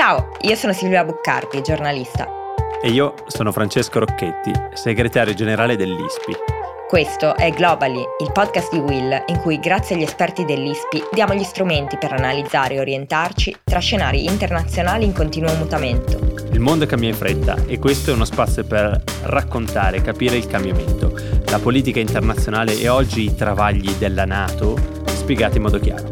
Ciao, io sono Silvia Buccardi, giornalista. E io sono Francesco Rocchetti, segretario generale dell'ISPI. Questo è Globally, il podcast di Will, in cui grazie agli esperti dell'ISPI diamo gli strumenti per analizzare e orientarci tra scenari internazionali in continuo mutamento. Il mondo cambia in fretta e questo è uno spazio per raccontare e capire il cambiamento, la politica internazionale e oggi i travagli della NATO spiegati in modo chiaro.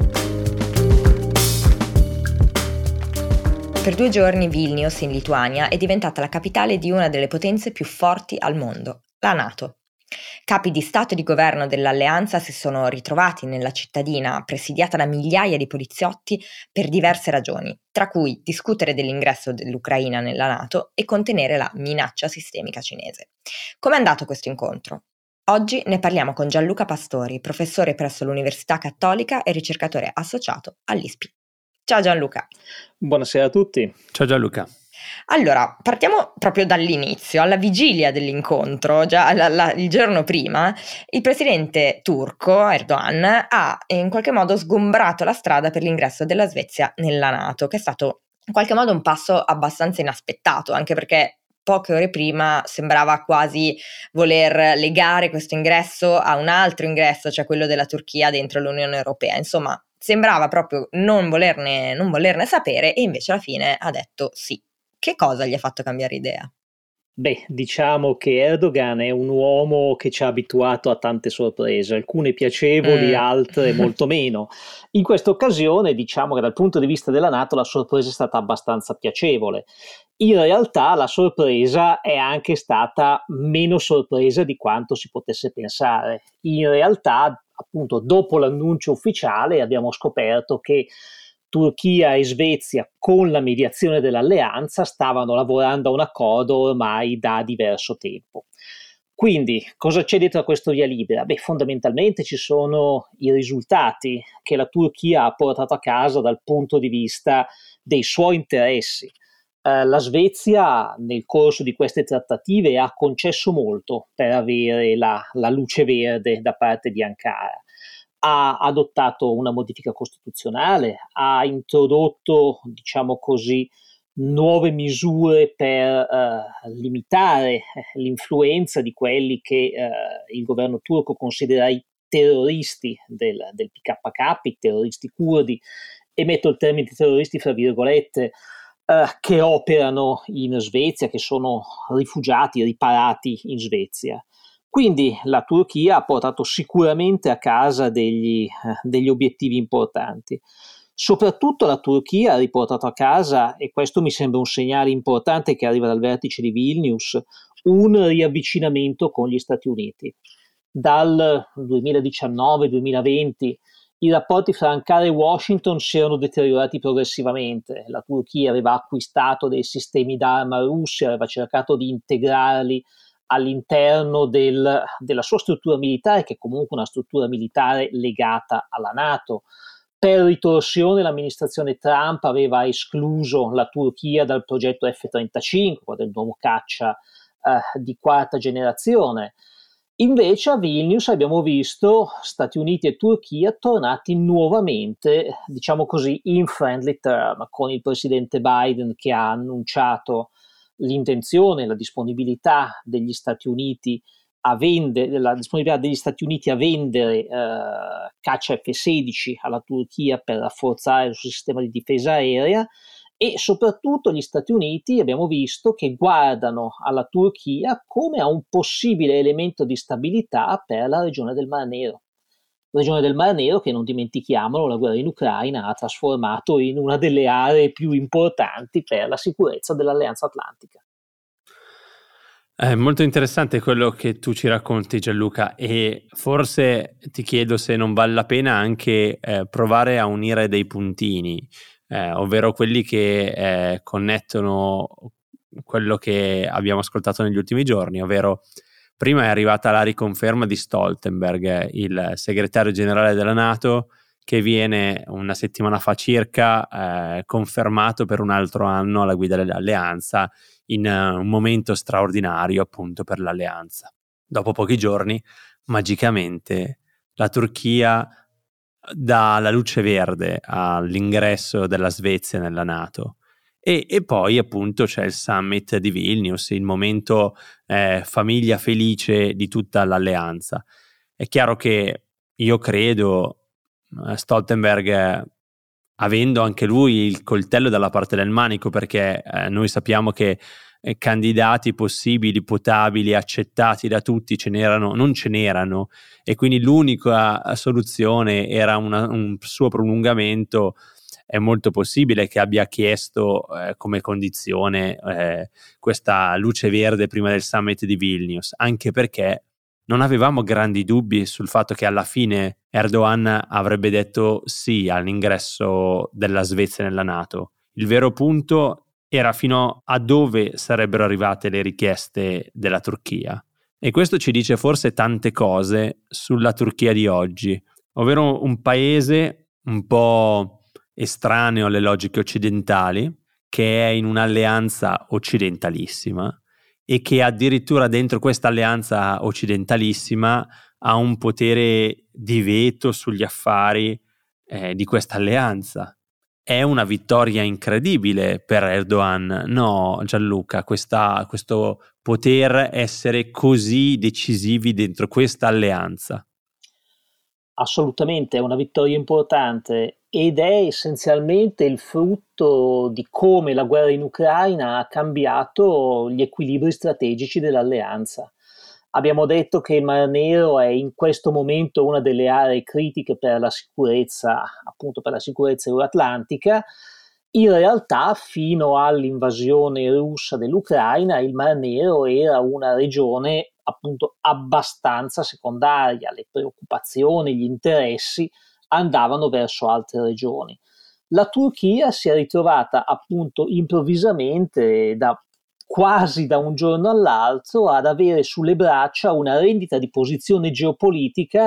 Per 2 giorni Vilnius, in Lituania, è diventata la capitale di una delle potenze più forti al mondo, la NATO. Capi di Stato e di governo dell'alleanza si sono ritrovati nella cittadina presidiata da migliaia di poliziotti per diverse ragioni, tra cui discutere dell'ingresso dell'Ucraina nella NATO e contenere la minaccia sistemica cinese. Com'è andato questo incontro? Oggi ne parliamo con Gianluca Pastori, professore presso l'Università Cattolica e ricercatore associato all'ISPI. Ciao Gianluca. Buonasera a tutti. Ciao Gianluca. Allora, partiamo proprio dall'inizio, alla vigilia dell'incontro, già il giorno prima, il presidente turco Erdogan ha in qualche modo sgombrato la strada per l'ingresso della Svezia nella NATO, che è stato in qualche modo un passo abbastanza inaspettato, anche perché poche ore prima sembrava quasi voler legare questo ingresso a un altro ingresso, cioè quello della Turchia dentro l'Unione Europea. Insomma, sembrava proprio non volerne sapere e invece alla fine ha detto sì. Che cosa gli ha fatto cambiare idea? Beh, diciamo che Erdogan è un uomo che ci ha abituato a tante sorprese, alcune piacevoli, altre molto meno. In questa occasione, diciamo che dal punto di vista della NATO la sorpresa è stata abbastanza piacevole. In realtà la sorpresa è anche stata meno sorpresa di quanto si potesse pensare. In realtà, appunto, dopo l'annuncio ufficiale abbiamo scoperto che Turchia e Svezia, con la mediazione dell'alleanza, stavano lavorando a un accordo ormai da diverso tempo. Quindi, cosa c'è dietro a questo via libera? Beh, fondamentalmente ci sono i risultati che la Turchia ha portato a casa dal punto di vista dei suoi interessi. La Svezia nel corso di queste trattative ha concesso molto per avere la luce verde da parte di Ankara. Ha adottato una modifica costituzionale, ha introdotto, diciamo così, nuove misure per limitare l'influenza di quelli che il governo turco considera i terroristi del PKK, i terroristi curdi, e metto il termine terroristi fra virgolette, che operano in Svezia, che sono rifugiati, riparati in Svezia. Quindi la Turchia ha portato sicuramente a casa degli obiettivi importanti. Soprattutto la Turchia ha riportato a casa, e questo mi sembra un segnale importante che arriva dal vertice di Vilnius, un riavvicinamento con gli Stati Uniti. Dal 2019-2020 i rapporti fra Ankara e Washington si erano deteriorati progressivamente. La Turchia aveva acquistato dei sistemi d'arma russi, aveva cercato di integrarli all'interno della sua struttura militare, che è comunque una struttura militare legata alla NATO. Per ritorsione l'amministrazione Trump aveva escluso la Turchia dal progetto F-35, del nuovo caccia di quarta generazione. Invece a Vilnius abbiamo visto Stati Uniti e Turchia tornati nuovamente, diciamo così, in friendly term, con il presidente Biden che ha annunciato l'intenzione, la disponibilità degli Stati Uniti a vendere, caccia F-16 alla Turchia per rafforzare il suo sistema di difesa aerea, e soprattutto gli Stati Uniti abbiamo visto che guardano alla Turchia come a un possibile elemento di stabilità per la regione del Mar Nero. Regione del Mar Nero che, non dimentichiamolo, la guerra in Ucraina ha trasformato in una delle aree più importanti per la sicurezza dell'Alleanza Atlantica. È molto interessante quello che tu ci racconti, Gianluca, e forse ti chiedo se non vale la pena anche provare a unire dei puntini, ovvero quelli che connettono quello che abbiamo ascoltato negli ultimi giorni, ovvero prima è arrivata la riconferma di Stoltenberg, il segretario generale della NATO, che viene una settimana fa circa confermato per un altro anno alla guida dell'alleanza, in un momento straordinario appunto per l'alleanza. Dopo pochi giorni, magicamente, la Turchia dà la luce verde all'ingresso della Svezia nella NATO E poi appunto c'è il summit di Vilnius, il momento famiglia felice di tutta l'alleanza. È chiaro che io credo Stoltenberg, avendo anche lui il coltello dalla parte del manico, perché noi sappiamo che candidati possibili, potabili, accettati da tutti non ce n'erano, e quindi l'unica soluzione era un suo prolungamento. È molto possibile che abbia chiesto come condizione questa luce verde prima del summit di Vilnius, anche perché non avevamo grandi dubbi sul fatto che alla fine Erdogan avrebbe detto sì all'ingresso della Svezia nella NATO. Il vero punto era fino a dove sarebbero arrivate le richieste della Turchia. E questo ci dice forse tante cose sulla Turchia di oggi, ovvero un paese un po' estraneo alle logiche occidentali, che è in un'alleanza occidentalissima e che addirittura dentro questa alleanza occidentalissima ha un potere di veto sugli affari di questa alleanza. È una vittoria incredibile per Erdogan, no Gianluca, questo poter essere così decisivi dentro questa alleanza. Assolutamente, è una vittoria importante ed è essenzialmente il frutto di come la guerra in Ucraina ha cambiato gli equilibri strategici dell'alleanza. Abbiamo detto che il Mar Nero è in questo momento una delle aree critiche per la sicurezza, appunto per la sicurezza euroatlantica. In realtà, fino all'invasione russa dell'Ucraina, il Mar Nero era una regione appunto abbastanza secondaria, le preoccupazioni, gli interessi andavano verso altre regioni. La Turchia si è ritrovata appunto improvvisamente quasi da un giorno all'altro ad avere sulle braccia una rendita di posizione geopolitica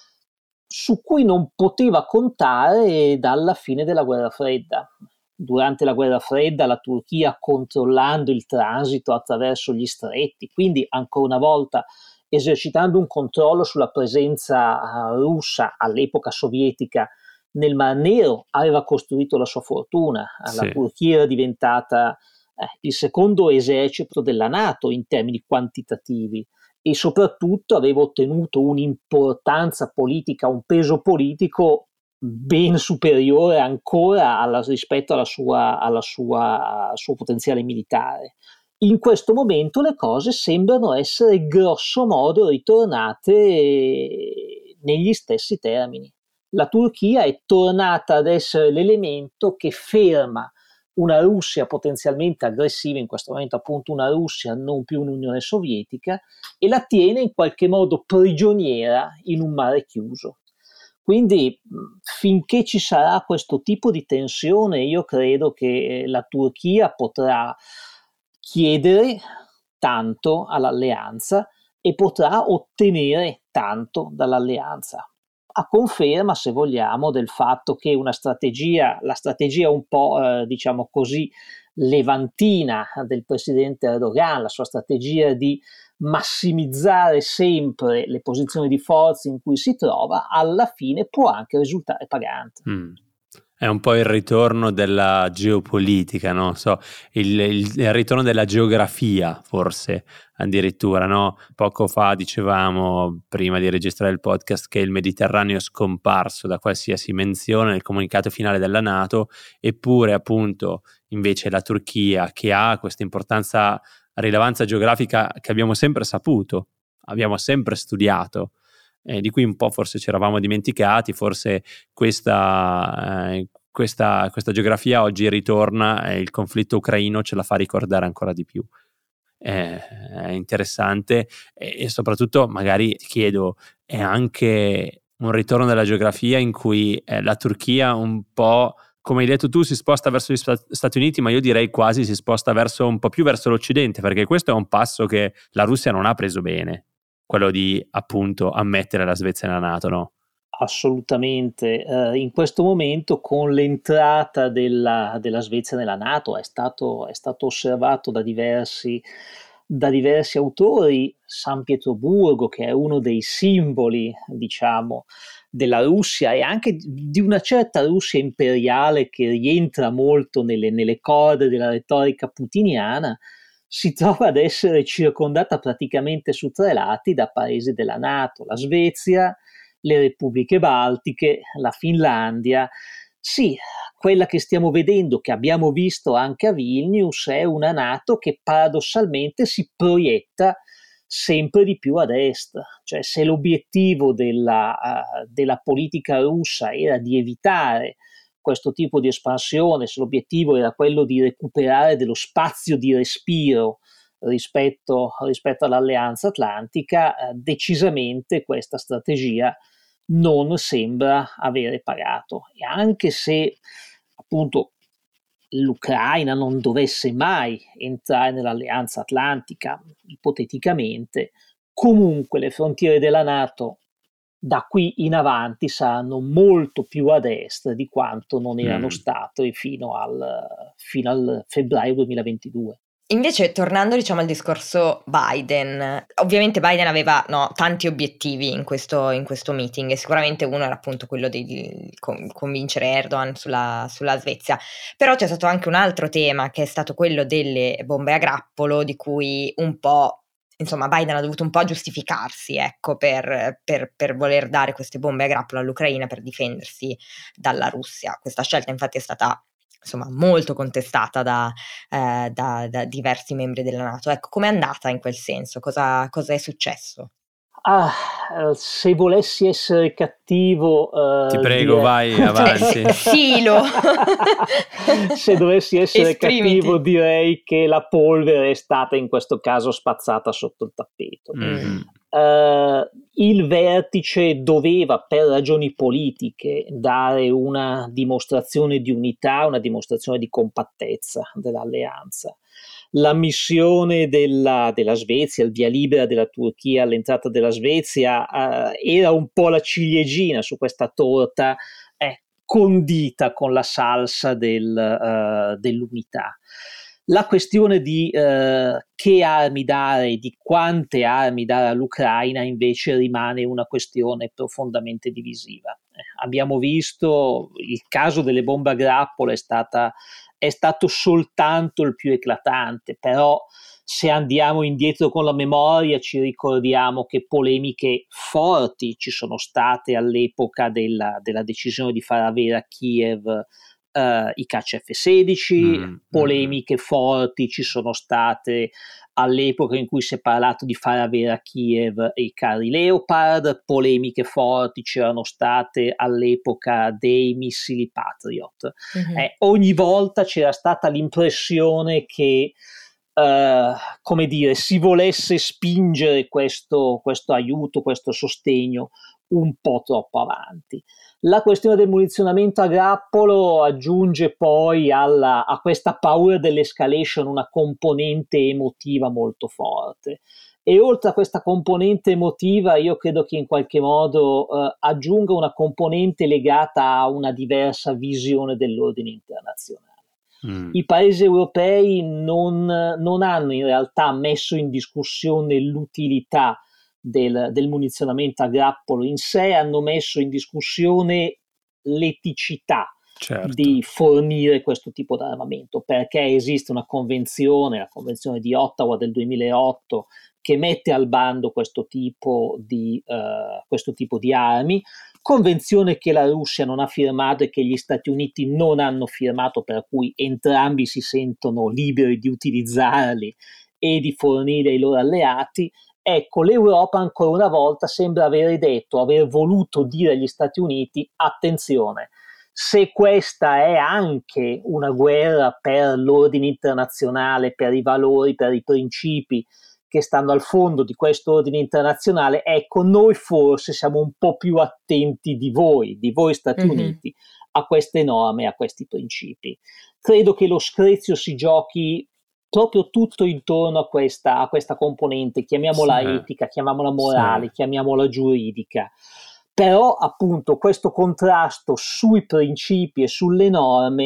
su cui non poteva contare dalla fine della guerra fredda. Durante la guerra fredda la Turchia, controllando il transito attraverso gli stretti, quindi ancora una volta esercitando un controllo sulla presenza russa, all'epoca sovietica, nel Mar Nero, aveva costruito la sua fortuna. La Turchia era diventata il secondo esercito della NATO in termini quantitativi e soprattutto aveva ottenuto un'importanza politica, un peso politico ben superiore ancora rispetto al suo potenziale militare. In questo momento le cose sembrano essere grosso modo ritornate negli stessi termini. La Turchia è tornata ad essere l'elemento che ferma una Russia potenzialmente aggressiva, in questo momento appunto una Russia, non più un'Unione Sovietica, e la tiene in qualche modo prigioniera in un mare chiuso. Quindi finché ci sarà questo tipo di tensione, io credo che la Turchia potrà chiedere tanto all'alleanza e potrà ottenere tanto dall'alleanza, a conferma, se vogliamo, del fatto che la strategia un po' diciamo così levantina del presidente Erdogan, la sua strategia di massimizzare sempre le posizioni di forza in cui si trova, alla fine può anche risultare pagante. È un po' il ritorno della geopolitica, no? Il ritorno della geografia, forse addirittura, no? Poco fa dicevamo, prima di registrare il podcast, che il Mediterraneo è scomparso da qualsiasi menzione nel comunicato finale della NATO, eppure appunto invece la Turchia, che ha questa rilevanza geografica che abbiamo sempre saputo, abbiamo sempre studiato, di cui un po' forse ci eravamo dimenticati, forse questa geografia oggi ritorna e il conflitto ucraino ce la fa ricordare ancora di più. È interessante e soprattutto magari ti chiedo, è anche un ritorno della geografia in cui la Turchia un po', come hai detto tu, si sposta verso gli Stati Uniti, ma io direi quasi si sposta un po' più verso l'Occidente, perché questo è un passo che la Russia non ha preso bene, quello di appunto ammettere la Svezia nella NATO, no? Assolutamente. In questo momento, con l'entrata della Svezia nella NATO, è stato osservato da diversi da diversi autori, San Pietroburgo, che è uno dei simboli, diciamo, della Russia e anche di una certa Russia imperiale che rientra molto nelle corde della retorica putiniana, si trova ad essere circondata praticamente su 3 lati da paesi della NATO, la Svezia, le Repubbliche Baltiche, la Finlandia. Sì, quella che stiamo vedendo, che abbiamo visto anche a Vilnius, è una NATO che paradossalmente si proietta sempre di più ad est. Cioè, se l'obiettivo della politica russa era di evitare questo tipo di espansione, se l'obiettivo era quello di recuperare dello spazio di respiro rispetto all'Alleanza Atlantica, decisamente questa strategia non sembra avere pagato. E anche se appunto l'Ucraina non dovesse mai entrare nell'Alleanza Atlantica, ipoteticamente, comunque le frontiere della NATO da qui in avanti saranno molto più ad est di quanto non erano state fino al febbraio 2022. Invece, tornando diciamo al discorso Biden, ovviamente Biden aveva tanti obiettivi in questo meeting e sicuramente uno era appunto quello di convincere Erdogan sulla Svezia, però c'è stato anche un altro tema che è stato quello delle bombe a grappolo, di cui un po' insomma Biden ha dovuto un po' giustificarsi, ecco, per voler dare queste bombe a grappolo all'Ucraina per difendersi dalla Russia. Questa scelta infatti è stata insomma molto contestata da diversi membri della NATO. Ecco, com'è andata in quel senso? Cosa è successo? Se volessi essere cattivo, ti prego, vai avanti. Silo. Se dovessi essere Esprimiti. cattivo, direi che la polvere è stata in questo caso spazzata sotto il tappeto. Il vertice doveva, per ragioni politiche, dare una dimostrazione di unità, una dimostrazione di compattezza dell'alleanza. L'ammissione della Svezia, il via libera della Turchia all'entrata della Svezia, era un po' la ciliegina su questa torta condita con la salsa dell'unità. La questione di che armi dare, di quante armi dare all'Ucraina invece rimane una questione profondamente divisiva. Abbiamo visto il caso delle bombe a grappolo è stato soltanto il più eclatante, però se andiamo indietro con la memoria ci ricordiamo che polemiche forti ci sono state all'epoca della decisione di far avere a Kiev i caccia F-16, polemiche forti ci sono state all'epoca in cui si è parlato di far avere a Kiev i carri Leopard, polemiche forti c'erano state all'epoca dei missili Patriot. Ogni volta c'era stata l'impressione che come dire, si volesse spingere questo aiuto, questo sostegno un po' troppo avanti. La questione del munizionamento a grappolo aggiunge poi a questa paura dell'escalation una componente emotiva molto forte. E oltre a questa componente emotiva, io credo che in qualche modo aggiunga una componente legata a una diversa visione dell'ordine internazionale. I paesi europei non hanno in realtà messo in discussione l'utilità del munizionamento a grappolo in sé, hanno messo in discussione l'eticità di fornire questo tipo di armamento, perché esiste una convenzione, la convenzione di Ottawa del 2008, che mette al bando questo tipo di armi, convenzione che la Russia non ha firmato e che gli Stati Uniti non hanno firmato, per cui entrambi si sentono liberi di utilizzarli e di fornire ai loro alleati. Ecco, l'Europa ancora una volta sembra aver voluto dire agli Stati Uniti: attenzione, se questa è anche una guerra per l'ordine internazionale, per i valori, per i principi che stanno al fondo di questo ordine internazionale, ecco, noi forse siamo un po' più attenti di voi Stati Uniti, a queste norme, a questi principi. Credo che lo screzio si giochi proprio tutto intorno a questa componente, chiamiamola etica, chiamiamola morale, chiamiamola giuridica. Però appunto questo contrasto sui principi e sulle norme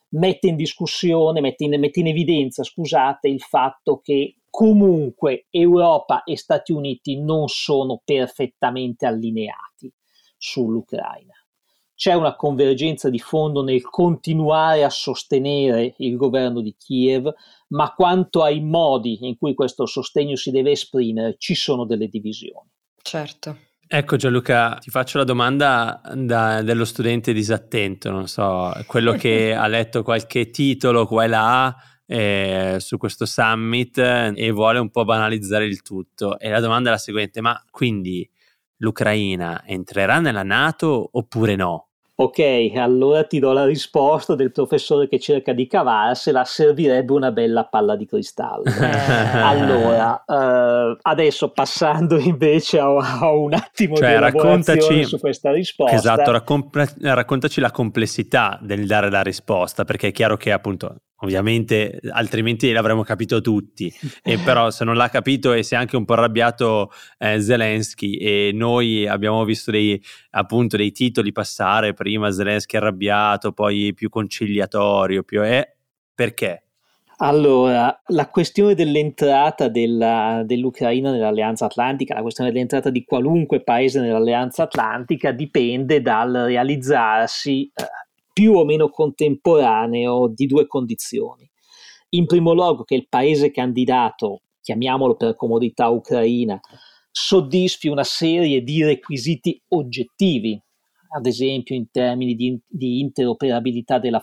mette in discussione, mette in evidenza, scusate, il fatto che comunque Europa e Stati Uniti non sono perfettamente allineati sull'Ucraina. C'è una convergenza di fondo nel continuare a sostenere il governo di Kiev, ma quanto ai modi in cui questo sostegno si deve esprimere ci sono delle divisioni. Certo. Ecco Gianluca, ti faccio la domanda dello studente disattento, non so, quello che ha letto qualche titolo qua e là su questo summit e vuole un po' banalizzare il tutto. E la domanda è la seguente: ma quindi l'Ucraina entrerà nella NATO oppure no? Ok, allora ti do la risposta del professore che cerca di cavarsela, servirebbe una bella palla di cristallo. Allora, adesso passando invece a un attimo di elaborazione su questa risposta. Esatto, raccontaci la complessità del dare la risposta, perché è chiaro che appunto, ovviamente, altrimenti l'avremmo capito tutti, e però se non l'ha capito e si è anche un po' arrabbiato Zelensky, e noi abbiamo visto dei titoli passare, prima Zelensky arrabbiato, poi più conciliatorio, perché? Allora, la questione dell'entrata dell'Ucraina nell'Alleanza Atlantica, la questione dell'entrata di qualunque paese nell'Alleanza Atlantica dipende dal realizzarsi più o meno contemporaneo di due condizioni. In primo luogo che il paese candidato, chiamiamolo per comodità Ucraina, soddisfi una serie di requisiti oggettivi, ad esempio in termini di interoperabilità delle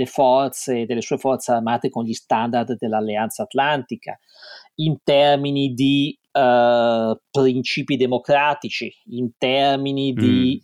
sue forze armate con gli standard dell'Alleanza Atlantica, in termini di principi democratici, in termini di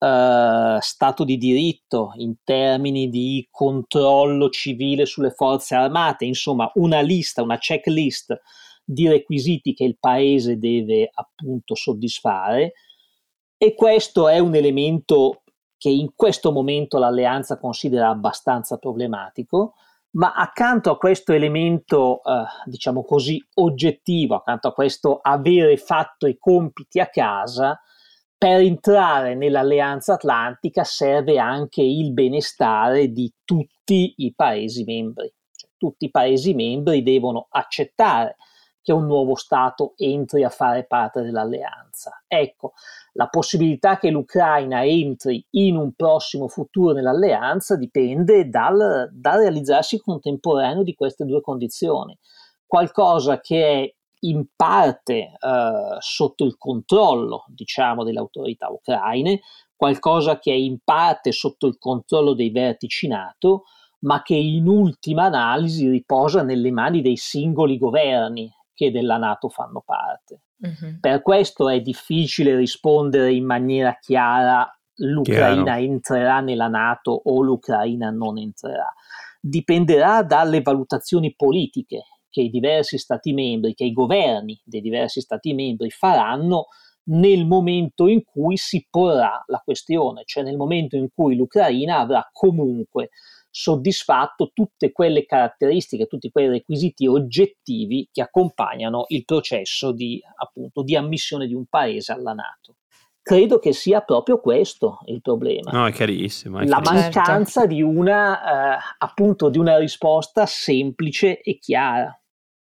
Stato di diritto, in termini di controllo civile sulle forze armate, insomma una checklist di requisiti che il paese deve appunto soddisfare. E questo è un elemento che in questo momento l'alleanza considera abbastanza problematico, ma accanto a questo elemento, diciamo così, oggettivo, accanto a questo avere fatto i compiti a casa, per entrare nell'alleanza atlantica serve anche il benestare di tutti i Paesi membri. Cioè, tutti i Paesi membri devono accettare che un nuovo Stato entri a fare parte dell'alleanza. Ecco, la possibilità che l'Ucraina entri in un prossimo futuro nell'alleanza dipende dal realizzarsi contemporaneo di queste due condizioni. Qualcosa che è in parte sotto il controllo, diciamo, delle autorità ucraine, qualcosa che è in parte sotto il controllo dei vertici NATO, ma che in ultima analisi riposa nelle mani dei singoli governi che della NATO fanno parte. Per questo è difficile rispondere in maniera chiara: l'Ucraina entrerà nella NATO o l'Ucraina non entrerà. Dipenderà dalle valutazioni politiche che i diversi stati membri, che i governi dei diversi stati membri faranno nel momento in cui si porrà la questione, cioè nel momento in cui l'Ucraina avrà comunque soddisfatto tutte quelle caratteristiche, tutti quei requisiti oggettivi che accompagnano il processo di ammissione di un paese alla NATO. Credo che sia proprio questo il problema. No, è chiarissimo. La mancanza di una risposta semplice e chiara.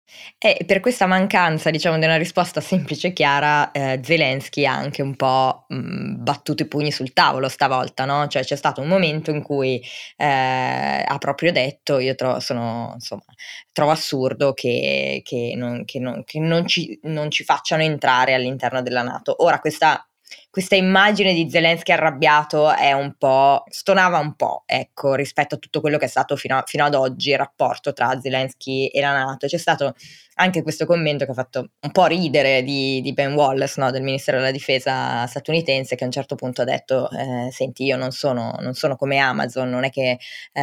E per questa mancanza, diciamo, di una risposta semplice e chiara, Zelensky ha anche un po' battuto i pugni sul tavolo stavolta, no? Cioè c'è stato un momento in cui ha proprio detto: io trovo assurdo che non ci facciano entrare all'interno della NATO. Ora questa immagine di Zelensky arrabbiato è stonava un po', ecco, rispetto a tutto quello che è stato fino ad oggi il rapporto tra Zelensky e la NATO. C'è stato anche questo commento che ha fatto un po' ridere di Ben Wallace, no, del Ministero della Difesa statunitense, che a un certo punto ha detto: senti, io non sono come Amazon, non è che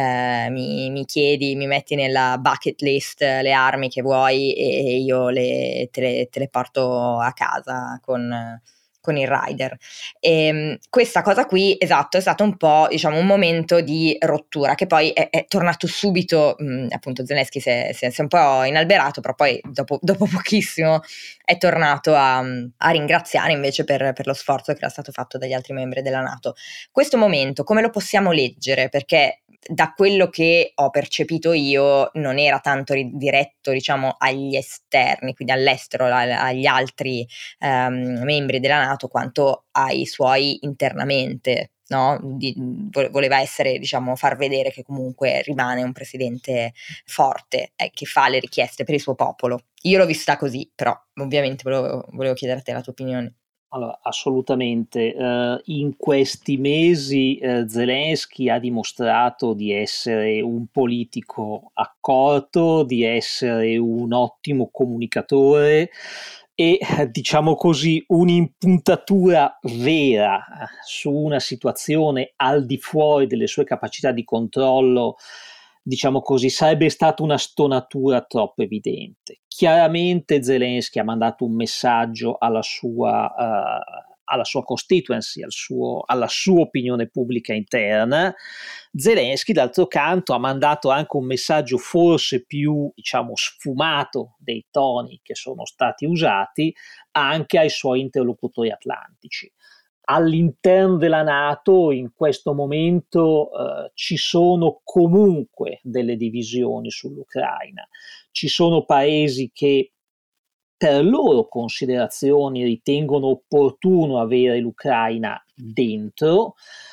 mi chiedi, mi metti nella bucket list le armi che vuoi e io te le porto a casa con il rider. E questa cosa qui, esatto, è stato un po', diciamo, un momento di rottura che poi è tornato subito. Appunto Zelensky si è un po' inalberato, però poi dopo pochissimo è tornato a ringraziare invece per lo sforzo che era stato fatto dagli altri membri della NATO. Questo momento come lo possiamo leggere? Perché da quello che ho percepito io non era tanto diretto, diciamo, agli esterni, quindi all'estero, agli altri membri della NATO, quanto ai suoi internamente, no? Voleva essere, diciamo, far vedere che comunque rimane un presidente forte, che fa le richieste per il suo popolo. Io l'ho vista così, però ovviamente volevo chiedere a te la tua opinione. Allora, assolutamente. In questi mesi Zelensky ha dimostrato di essere un politico accorto, di essere un ottimo comunicatore e, diciamo così, un'impuntatura vera su una situazione al di fuori delle sue capacità di controllo, diciamo così, sarebbe stata una stonatura troppo evidente. Chiaramente Zelensky ha mandato un messaggio alla sua constituency, alla sua opinione pubblica interna. Zelensky, d'altro canto, ha mandato anche un messaggio forse più, diciamo, sfumato dei toni che sono stati usati anche ai suoi interlocutori atlantici. All'interno della NATO in questo momento ci sono comunque delle divisioni sull'Ucraina. Ci sono paesi che per loro considerazioni ritengono opportuno avere l'Ucraina dentro.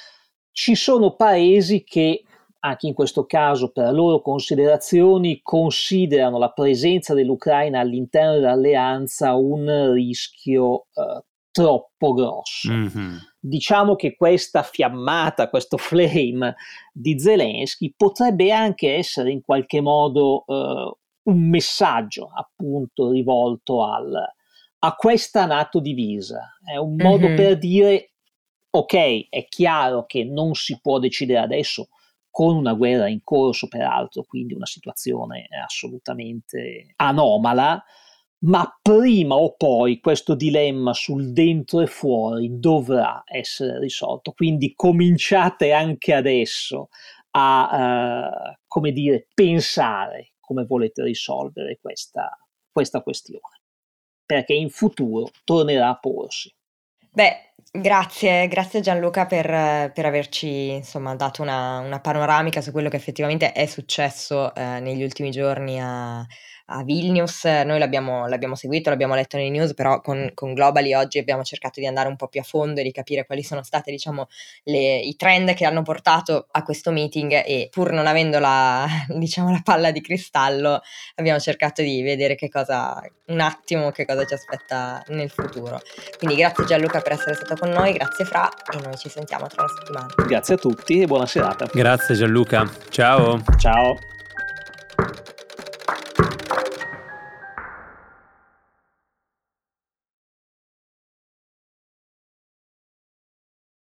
Ci sono paesi che anche in questo caso per loro considerazioni considerano la presenza dell'Ucraina all'interno dell'alleanza un rischio troppo grosso. Mm-hmm. Diciamo che questa fiammata, questo flame di Zelensky potrebbe anche essere in qualche modo un messaggio appunto rivolto a questa NATO divisa. È un modo per dire ok, è chiaro che non si può decidere adesso con una guerra in corso peraltro, quindi una situazione assolutamente anomala, ma prima o poi questo dilemma sul dentro e fuori dovrà essere risolto, quindi cominciate anche adesso a come dire, pensare come volete risolvere questa questione, perché in futuro tornerà a porsi. Beh, grazie Gianluca per averci insomma dato una panoramica su quello che effettivamente è successo negli ultimi giorni a Vilnius. Noi l'abbiamo seguito, l'abbiamo letto nei news, però con Globally oggi abbiamo cercato di andare un po' più a fondo e di capire quali sono state, diciamo, i trend che hanno portato a questo meeting, e pur non avendo diciamo, la palla di cristallo abbiamo cercato di vedere un attimo che cosa ci aspetta nel futuro. Quindi grazie Gianluca per essere stato con noi, grazie Fra, e noi ci sentiamo tra una settimana. Grazie a tutti e buona serata. Grazie Gianluca, ciao. Ciao.